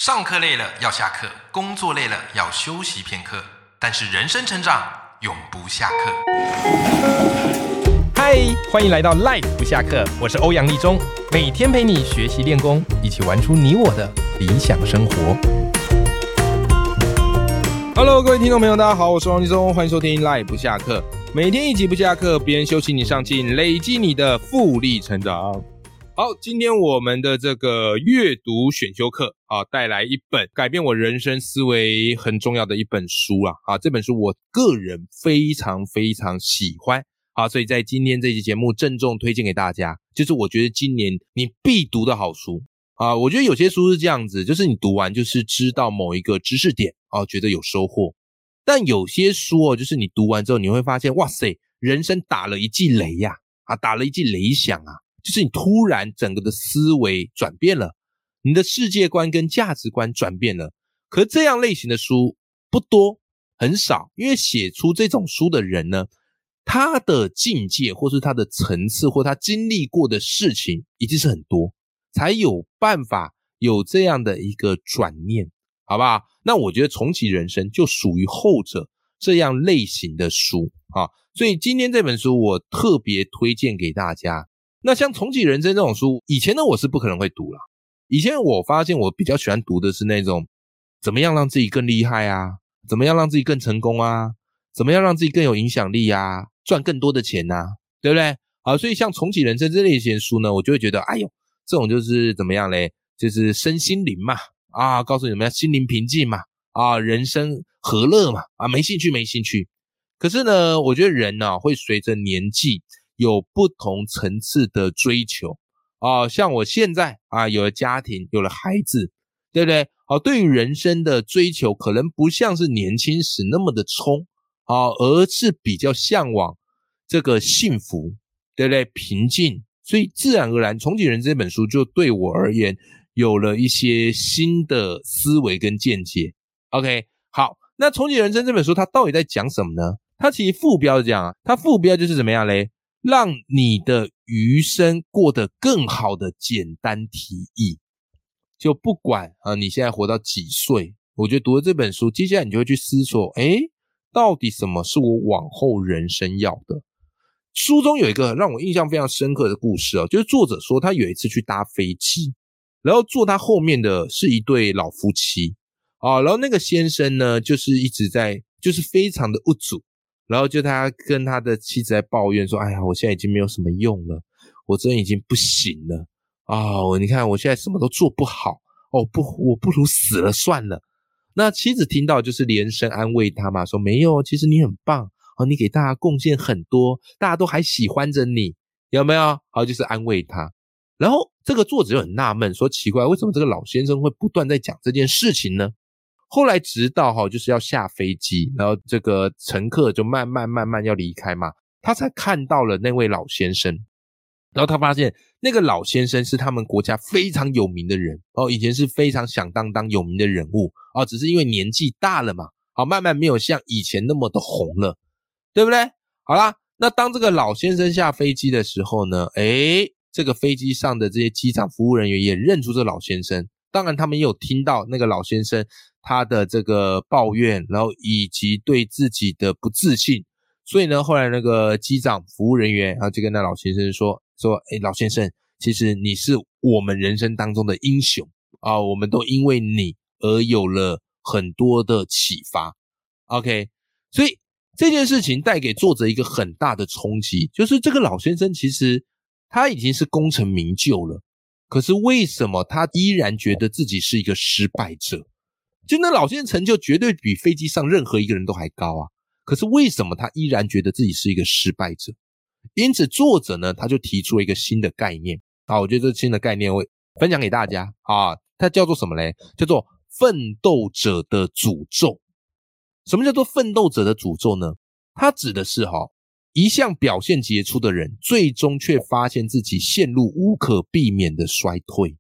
上课累了要下课，工作累了要休息片刻，但是人生成长永不下课。 嗨，欢迎来到 Life 不下课，我是欧阳立中，每天陪你学习练功，一起玩出你我的理想生活。Hello， 各位听众朋友，大家好，我是欧阳立中，欢迎收听 Life 不下课，每天一集不下课，别人休息你上进，累积你的复利成长。好，今天我们的这个阅读选修课带来一本改变我人生思维很重要的一本书这本书我个人非常非常喜欢所以在今天这期节目郑重推荐给大家，就是我觉得今年你必读的好书我觉得有些书是这样子，就是你读完就是知道某一个知识点觉得有收获，但有些书就是你读完之后你会发现，哇塞，人生打了一记雷打了一记雷响就是你突然整个的思维转变了，你的世界观跟价值观转变了。可是这样类型的书不多，很少，因为写出这种书的人呢，他的境界或是他的层次或他经历过的事情已经是很多，才有办法有这样的一个转念，好不好？那我觉得重启人生就属于后者这样类型的书所以今天这本书我特别推荐给大家。那像重启人生这种书，以前呢我是不可能会读啦。以前我发现我比较喜欢读的是那种怎么样让自己更厉害怎么样让自己更成功怎么样让自己更有影响力赚更多的钱对不对？所以像重启人生这类型的书呢，我就会觉得哎呦，这种就是怎么样嘞，就是身心灵嘛告诉你们要心灵平静嘛人生和乐嘛没兴趣。可是呢，我觉得人会随着年纪有不同层次的追求像我现在有了家庭，有了孩子，对不对？对于人生的追求可能不像是年轻时那么的冲而是比较向往这个幸福，对不对？平静，所以自然而然重启人生这本书就对我而言有了一些新的思维跟见解。 OK， 好，那重启人生这本书它到底在讲什么呢？它其实副标是这样它副标就是怎么样嘞？让你的余生过得更好的简单提议。就不管你现在活到几岁，我觉得读了这本书，接下来你就会去思索，到底什么是我往后人生要的。书中有一个让我印象非常深刻的故事就是作者说他有一次去搭飞机，然后坐他后面的是一对老夫妻然后那个先生呢就是一直在就是非常的无助，然后就他跟他的妻子在抱怨说，哎呀，我现在已经没有什么用了，我真的已经不行了你看我现在什么都做不好我不如死了算了。那妻子听到就是连声安慰他嘛，说没有，其实你很棒你给大家贡献很多，大家都还喜欢着你，有没有？就是安慰他。然后这个作者就很纳闷，说奇怪，为什么这个老先生会不断在讲这件事情呢？后来直到就是要下飞机，然后这个乘客就慢慢要离开嘛，他才看到了那位老先生。然后他发现那个老先生是他们国家非常有名的人以前是非常响当当有名的人物只是因为年纪大了嘛慢慢没有像以前那么的红了，对不对？好啦，那当这个老先生下飞机的时候呢，这个飞机上的这些机长服务人员也认出这老先生，当然他们也有听到那个老先生他的这个抱怨，然后以及对自己的不自信，所以呢后来那个机长服务人员就跟那老先生说老先生，其实你是我们人生当中的英雄我们都因为你而有了很多的启发。 OK， 所以这件事情带给作者一个很大的冲击，就是这个老先生其实他已经是功成名就了，可是为什么他依然觉得自己是一个失败者？就那老先生成就绝对比飞机上任何一个人都还高可是为什么他依然觉得自己是一个失败者？因此作者呢他就提出了一个新的概念我觉得这新的概念我分享给大家它叫做什么嘞？叫做奋斗者的诅咒。什么叫做奋斗者的诅咒呢？它指的是一向表现杰出的人最终却发现自己陷入无可避免的衰退。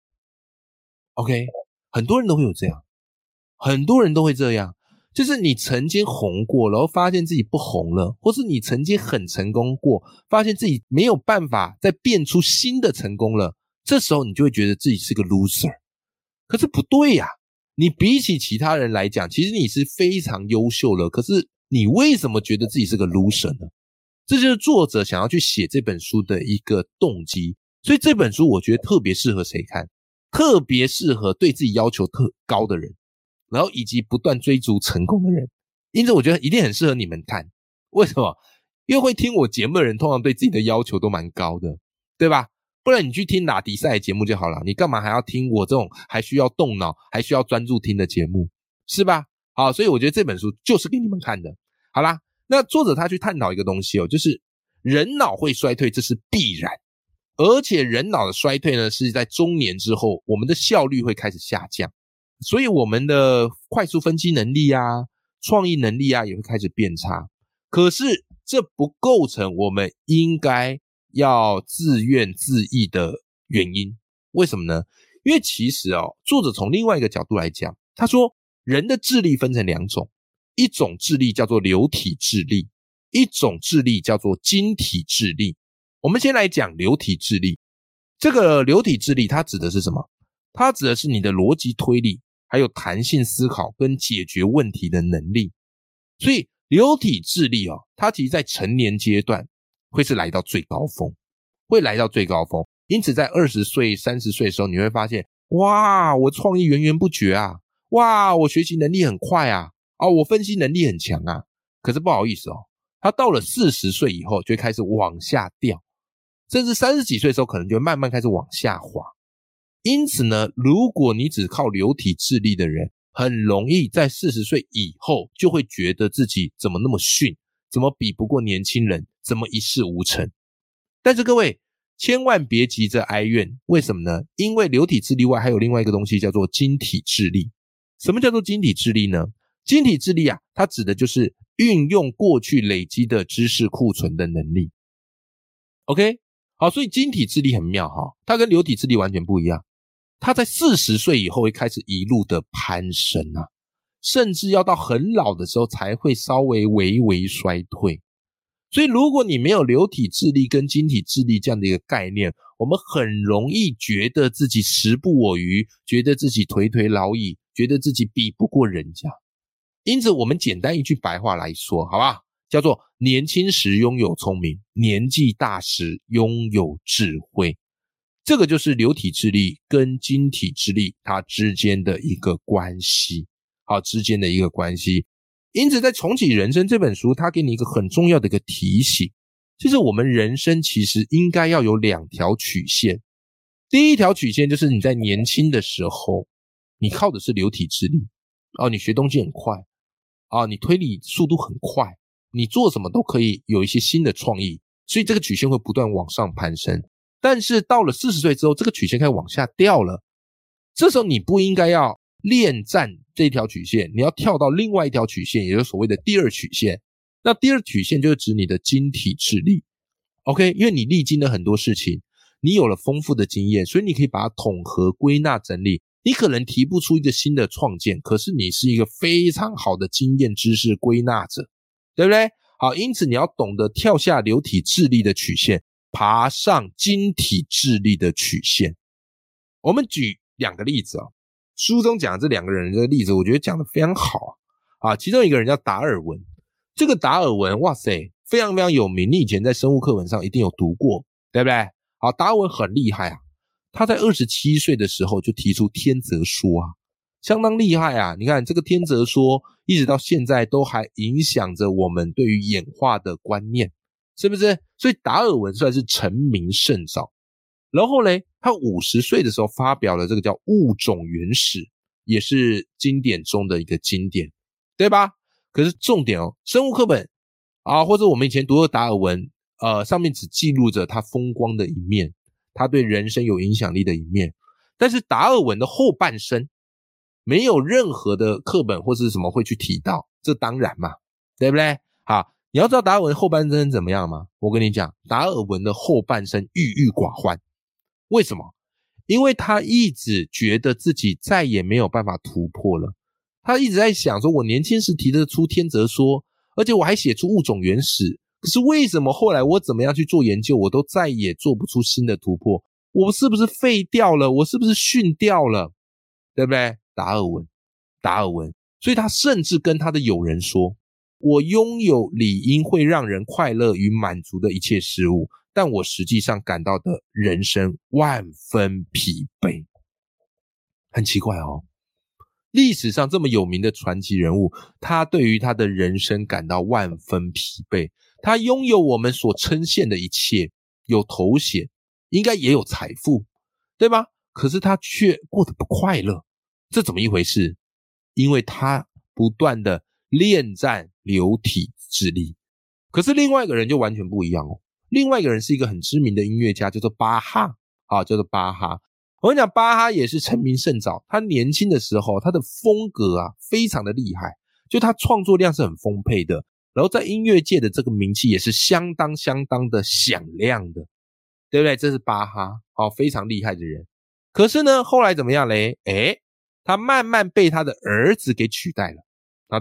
OK， 很多人都会有这样，很多人都会这样，就是你曾经红过，然后发现自己不红了，或是你曾经很成功过，发现自己没有办法再变出新的成功了，这时候你就会觉得自己是个 loser。 可是不对你比起其他人来讲，其实你是非常优秀了，可是你为什么觉得自己是个 loser 呢？这就是作者想要去写这本书的一个动机。所以这本书我觉得特别适合谁看？特别适合对自己要求特高的人，然后以及不断追逐成功的人。因此我觉得一定很适合你们看。为什么？因为会听我节目的人通常对自己的要求都蛮高的，对吧？不然你去听拉迪赛的节目就好了，你干嘛还要听我这种还需要动脑还需要专注听的节目，是吧？好，所以我觉得这本书就是给你们看的。好啦，那作者他去探讨一个东西就是人脑会衰退，这是必然，而且人脑的衰退呢是在中年之后，我们的效率会开始下降，所以我们的快速分析能力啊、创意能力啊也会开始变差。可是这不构成我们应该要自怨自艾的原因。为什么呢？因为其实作者从另外一个角度来讲，他说人的智力分成两种，一种智力叫做流体智力，一种智力叫做晶体智力。我们先来讲流体智力。这个流体智力它指的是什么？它指的是你的逻辑推理，还有弹性思考跟解决问题的能力。所以流体智力它其实在成年阶段会是来到最高峰，会来到最高峰。因此在20岁、30岁的时候，你会发现，哇，我创意源源不绝啊，哇，我学习能力很快啊，我分析能力很强啊。可是不好意思他到了40岁以后就会开始往下掉，甚至30几岁的时候可能就会慢慢开始往下滑。因此呢，如果你只靠流体智力的人，很容易在40岁以后就会觉得自己怎么那么逊，怎么比不过年轻人，怎么一事无成。但是各位千万别急着哀怨，为什么呢？因为流体智力外还有另外一个东西叫做晶体智力。什么叫做晶体智力呢？晶体智力它指的就是运用过去累积的知识库存的能力。 OK， 好，所以晶体智力很妙它跟流体智力完全不一样。它在40岁以后会开始一路的攀升甚至要到很老的时候才会稍微微微衰退。所以如果你没有流体智力跟晶体智力这样的一个概念，我们很容易觉得自己时不我与，觉得自己颓颓老矣，觉得自己比不过人家。因此我们简单一句白话来说，好吧，叫做年轻时拥有聪明，年纪大时拥有智慧。这个就是流体智力跟晶体智力它之间的一个关系，之间的一个关系。因此在重启人生这本书，它给你一个很重要的一个提醒，就是我们人生其实应该要有2条曲线。第一条曲线就是你在年轻的时候，你靠的是流体智力你学东西很快你推理速度很快，你做什么都可以有一些新的创意，所以这个曲线会不断往上攀升。但是到了40岁之后，这个曲线开始往下掉了。这时候你不应该要恋战这条曲线，你要跳到另外一条曲线，也就是所谓的第2曲线。那第2曲线就是指你的晶体智力。 OK， 因为你历经了很多事情，你有了丰富的经验，所以你可以把它统合归纳整理。你可能提不出一个新的创建，可是你是一个非常好的经验知识归纳者，对不对？好，因此你要懂得跳下流体智力的曲线，爬上晶体智力的曲线。我们举2个例子书中讲的这2个人的例子，我觉得讲得非常好其中一个人叫达尔文。这个达尔文，哇塞，非常非常有名，你以前在生物课本上一定有读过，对不对？好，达尔文很厉害他在27岁的时候就提出天择说相当厉害你看这个天择说一直到现在都还影响着我们对于演化的观念，是不是？所以达尔文算是成名甚早。然后呢，他50岁的时候发表了这个叫物种原始，也是经典中的一个经典，对吧？可是重点生物课本或者我们以前读的达尔文上面只记录着他风光的一面，他对人生有影响力的一面。但是达尔文的后半生没有任何的课本或是什么会去提到，这当然嘛，对不对？好，你要知道达尔文后半生怎么样吗？我跟你讲，达尔文的后半生郁郁寡欢。为什么？因为他一直觉得自己再也没有办法突破了。他一直在想说，我年轻时提得出天择说，而且我还写出物种原始，可是为什么后来我怎么样去做研究，我都再也做不出新的突破？我是不是废掉了？我是不是逊掉了？对不对？达尔文达尔文，所以他甚至跟他的友人说，我拥有理应会让人快乐与满足的一切事物，但我实际上感到的人生万分疲惫。很奇怪哦，历史上这么有名的传奇人物，他对于他的人生感到万分疲惫。他拥有我们所称羡的一切，有头衔，应该也有财富，对吧？可是他却过得不快乐，这怎么一回事？因为他不断的恋战流体智力。可是另外一个人就完全不一样哦，另外一个人是一个很知名的音乐家，叫做巴哈，叫做巴哈。我跟你讲，巴哈也是成名甚早，他年轻的时候他的风格非常的厉害，就他创作量是很丰沛的，然后在音乐界的这个名气也是相当的响亮的，对不对？这是巴哈，非常厉害的人。可是呢，后来怎么样嘞？他慢慢被他的儿子给取代了，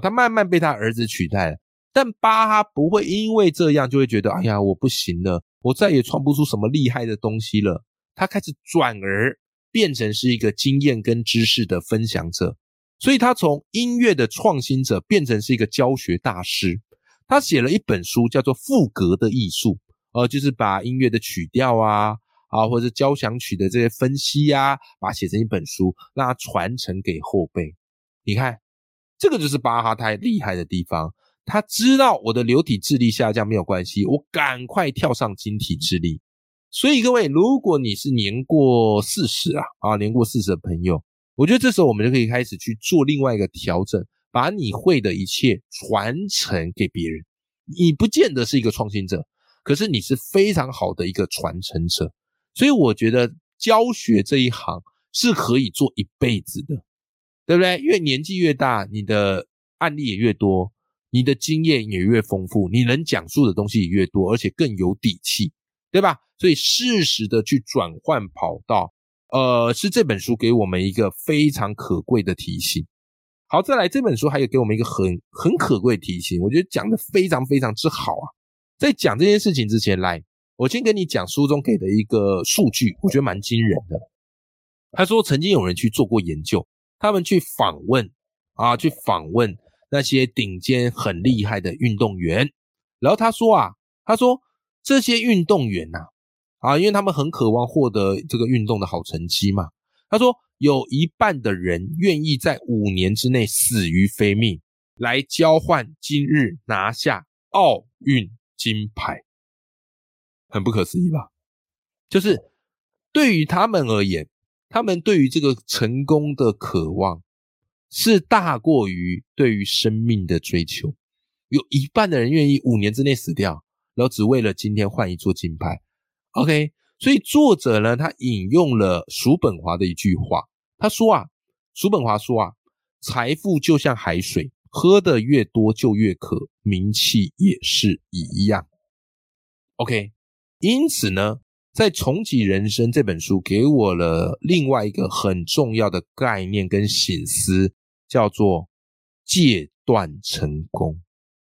但巴哈不会因为这样就会觉得，哎呀，我不行了，我再也创不出什么厉害的东西了。他开始转而变成是一个经验跟知识的分享者，所以他从音乐的创新者变成是一个教学大师。他写了一本书叫做《赋格的艺术》，就是把音乐的曲调或者是交响曲的这些分析把它写成一本书，让它传承给后辈。你看，这个就是巴哈太厉害的地方，他知道我的流体智力下降没有关系，我赶快跳上晶体智力。所以各位，如果你是年过40年过40的朋友，我觉得这时候我们就可以开始去做另外一个调整，把你会的一切传承给别人。你不见得是一个创新者，可是你是非常好的一个传承者。所以我觉得教学这一行是可以做一辈子的，对不对？因为年纪越大，你的案例也越多，你的经验也越丰富，你能讲述的东西也越多，而且更有底气，对吧？所以适时的去转换跑道，是这本书给我们一个非常可贵的提醒。好，再来，这本书还有给我们一个很可贵的提醒，我觉得讲得非常之好啊。在讲这件事情之前，来，我先跟你讲书中给的一个数据，我觉得蛮惊人的。他说曾经有人去做过研究，他们去访问那些顶尖很厉害的运动员，然后他说这些运动员因为他们很渴望获得这个运动的好成绩嘛，他说有一半的人愿意在5年之内死于非命，来交换今日拿下奥运金牌。很不可思议吧？就是对于他们而言，他们对于这个成功的渴望是大过于对于生命的追求。有一半的人愿意5年之内死掉，然后只为了今天换一座金牌。OK， 所以作者呢，他引用了叔本华的一句话，他说叔本华说财富就像海水，喝的越多就越渴，名气也是一样。OK， 因此呢，在重启人生这本书给我了另外一个很重要的概念跟省思，叫做戒断成功。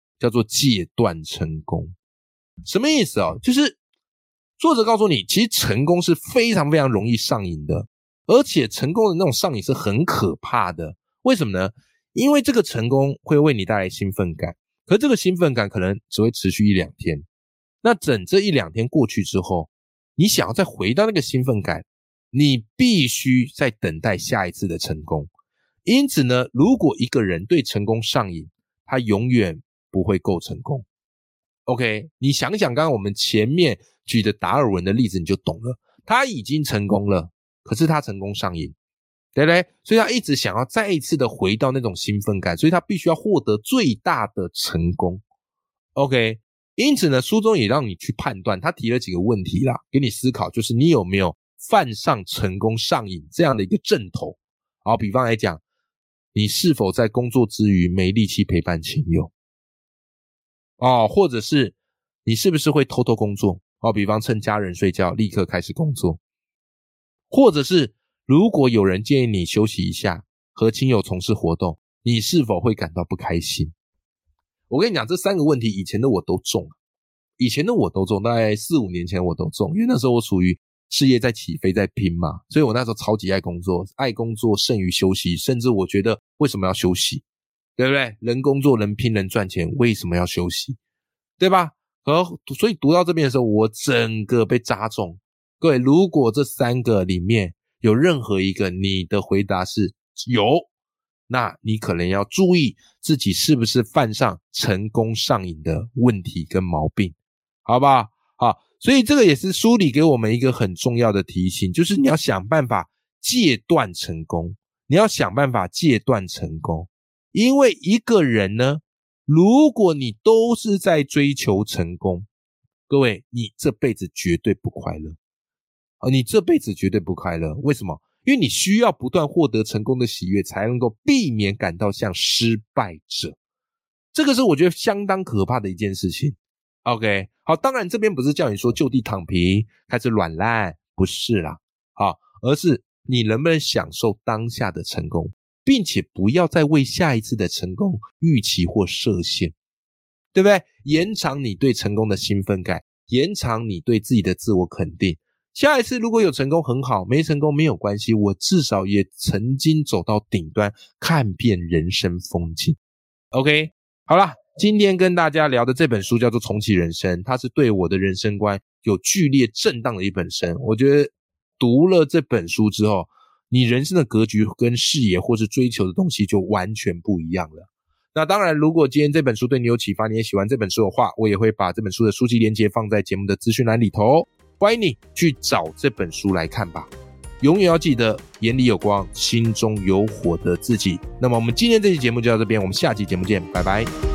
什么意思就是作者告诉你，其实成功是非常容易上瘾的，而且成功的那种上瘾是很可怕的。为什么呢？因为这个成功会为你带来兴奋感，可是这个兴奋感可能只会持续1-2天。那整这1-2天过去之后，你想要再回到那个兴奋感，你必须再等待下一次的成功。因此呢，如果一个人对成功上瘾，他永远不会够成功。OK， 你想想刚刚我们前面举的达尔文的例子，你就懂了。他已经成功了，可是他成功上瘾，对不对？所以他一直想要再一次的回到那种兴奋感，所以他必须要获得最大的成功。OK， 因此呢，书中也让你去判断，他提了几个问题啦，给你思考，就是你有没有犯上成功上瘾这样的一个症头。好，比方来讲，你是否在工作之余没力气陪伴亲友？或者是你是不是会偷偷工作？比方趁家人睡觉立刻开始工作。或者是如果有人建议你休息一下，和亲友从事活动，你是否会感到不开心？我跟你讲，这3个问题以前的我都中，大概4-5年前我都中，因为那时候我属于事业在起飞在拼嘛，所以我那时候超级爱工作，爱工作胜于休息，甚至我觉得为什么要休息，对不对？人工作人拼人赚钱，为什么要休息，对吧？所以读到这边的时候，我整个被扎中。各位，如果这3个里面有任何一个你的回答是有，那你可能要注意自己是不是犯上成功上瘾的问题跟毛病，好不好？好，所以这个也是书里给我们一个很重要的提醒，就是你要想办法戒断成功，你要想办法戒断成功。因为一个人呢，如果你都是在追求成功，各位，你这辈子绝对不快乐。你这辈子绝对不快乐，为什么？因为你需要不断获得成功的喜悦，才能够避免感到像失败者。这个是我觉得相当可怕的一件事情。OK， 好，当然这边不是叫你说就地躺平，开始软烂，不是啦，好，而是你能不能享受当下的成功，并且不要再为下一次的成功预期或设限，对不对？延长你对成功的兴奋感，延长你对自己的自我肯定。下一次如果有成功很好，没成功没有关系，我至少也曾经走到顶端，看遍人生风景。 OK， 好啦，今天跟大家聊的这本书叫做《重启人生》，它是对我的人生观有剧烈震荡的一本书。我觉得读了这本书之后，你人生的格局跟视野或是追求的东西就完全不一样了。那当然，如果今天这本书对你有启发，你也喜欢这本书的话，我也会把这本书的书籍连结放在节目的资讯栏里头，欢迎你去找这本书来看吧。永远要记得，眼里有光，心中有火的自己。那么我们今天这期节目就到这边，我们下期节目见，拜拜。